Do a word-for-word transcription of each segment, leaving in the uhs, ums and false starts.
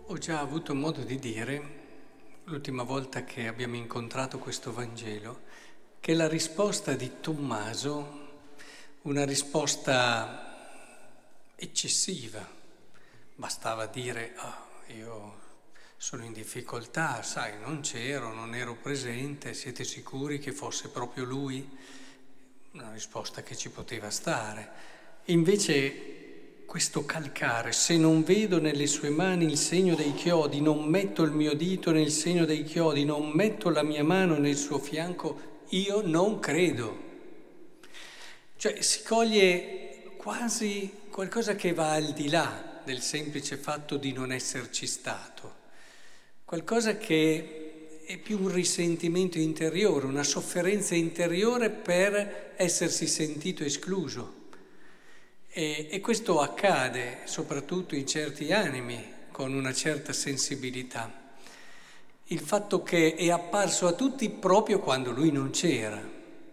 Ho già avuto modo di dire, l'ultima volta che abbiamo incontrato questo Vangelo, che la risposta di Tommaso, una risposta eccessiva, bastava dire, ah, io sono in difficoltà, sai, non c'ero, non ero presente, siete sicuri che fosse proprio lui? Una risposta che ci poteva stare. Invece questo calcare, se non vedo nelle sue mani il segno dei chiodi, non metto il mio dito nel segno dei chiodi, non metto la mia mano nel suo fianco, io non credo. Cioè si coglie quasi qualcosa che va al di là del semplice fatto di non esserci stato, qualcosa che è più un risentimento interiore, una sofferenza interiore per essersi sentito escluso. E, e questo accade soprattutto in certi animi, con una certa sensibilità. Il fatto che è apparso a tutti proprio quando lui non c'era.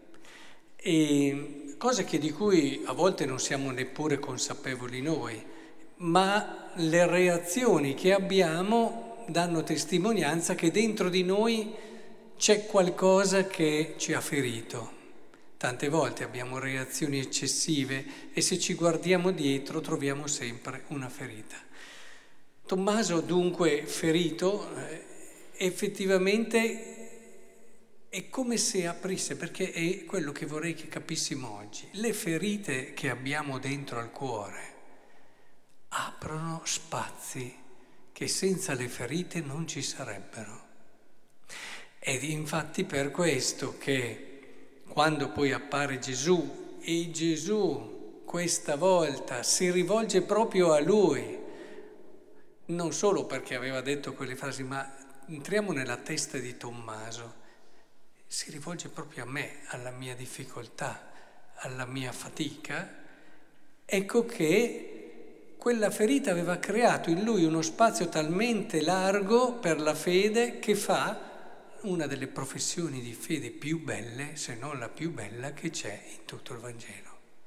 E cose che di cui a volte non siamo neppure consapevoli noi, ma le reazioni che abbiamo danno testimonianza che dentro di noi c'è qualcosa che ci ha ferito. Tante volte abbiamo reazioni eccessive e se ci guardiamo dietro troviamo sempre una ferita. Tommaso dunque ferito eh, effettivamente è come se aprisse, perché è quello che vorrei che capissimo oggi. Le ferite che abbiamo dentro al cuore aprono spazi che senza le ferite non ci sarebbero. Ed infatti per questo che quando poi appare Gesù e Gesù questa volta si rivolge proprio a lui, non solo perché aveva detto quelle frasi, ma entriamo nella testa di Tommaso, si rivolge proprio a me, alla mia difficoltà, alla mia fatica, ecco che quella ferita aveva creato in lui uno spazio talmente largo per la fede che fa una delle professioni di fede più belle, se non la più bella che c'è in tutto il Vangelo.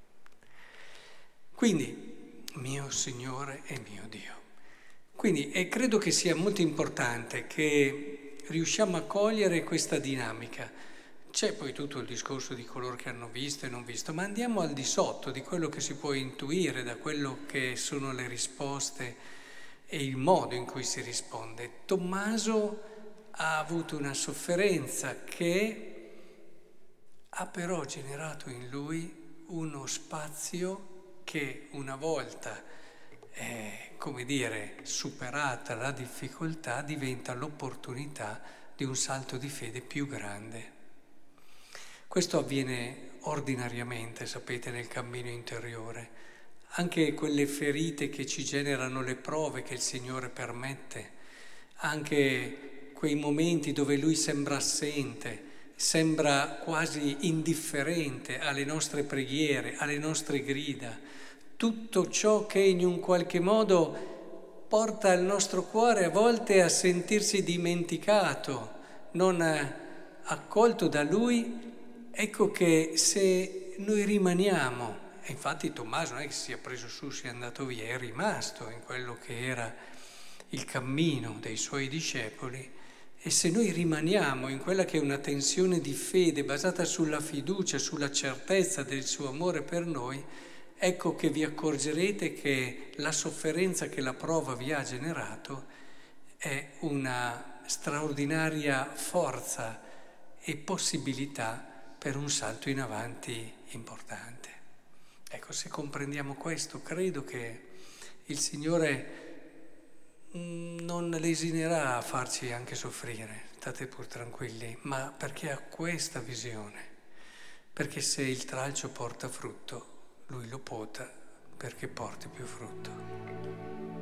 Quindi, mio Signore e mio Dio. Quindi, e credo che sia molto importante che riusciamo a cogliere questa dinamica. C'è poi tutto il discorso di coloro che hanno visto e non visto, ma andiamo al di sotto di quello che si può intuire da quello che sono le risposte e il modo in cui si risponde. Tommaso ha avuto una sofferenza che ha però generato in lui uno spazio che una volta, eh, come dire, superata la difficoltà, diventa l'opportunità di un salto di fede più grande. Questo avviene ordinariamente, sapete, nel cammino interiore. Anche quelle ferite che ci generano le prove che il Signore permette, anche quei momenti dove Lui sembra assente, sembra quasi indifferente alle nostre preghiere, alle nostre grida, tutto ciò che in un qualche modo porta il nostro cuore a volte a sentirsi dimenticato, non accolto da Lui, ecco che se noi rimaniamo, e infatti Tommaso non è che si sia preso su, sia andato via, è rimasto in quello che era il cammino dei Suoi discepoli. E se noi rimaniamo in quella che è una tensione di fede basata sulla fiducia, sulla certezza del suo amore per noi, ecco che vi accorgerete che la sofferenza che la prova vi ha generato è una straordinaria forza e possibilità per un salto in avanti importante. Ecco, se comprendiamo questo, credo che il Signore non lesinerà a farci anche soffrire, state pur tranquilli, ma perché ha questa visione, perché se il tralcio porta frutto, lui lo pota perché porti più frutto.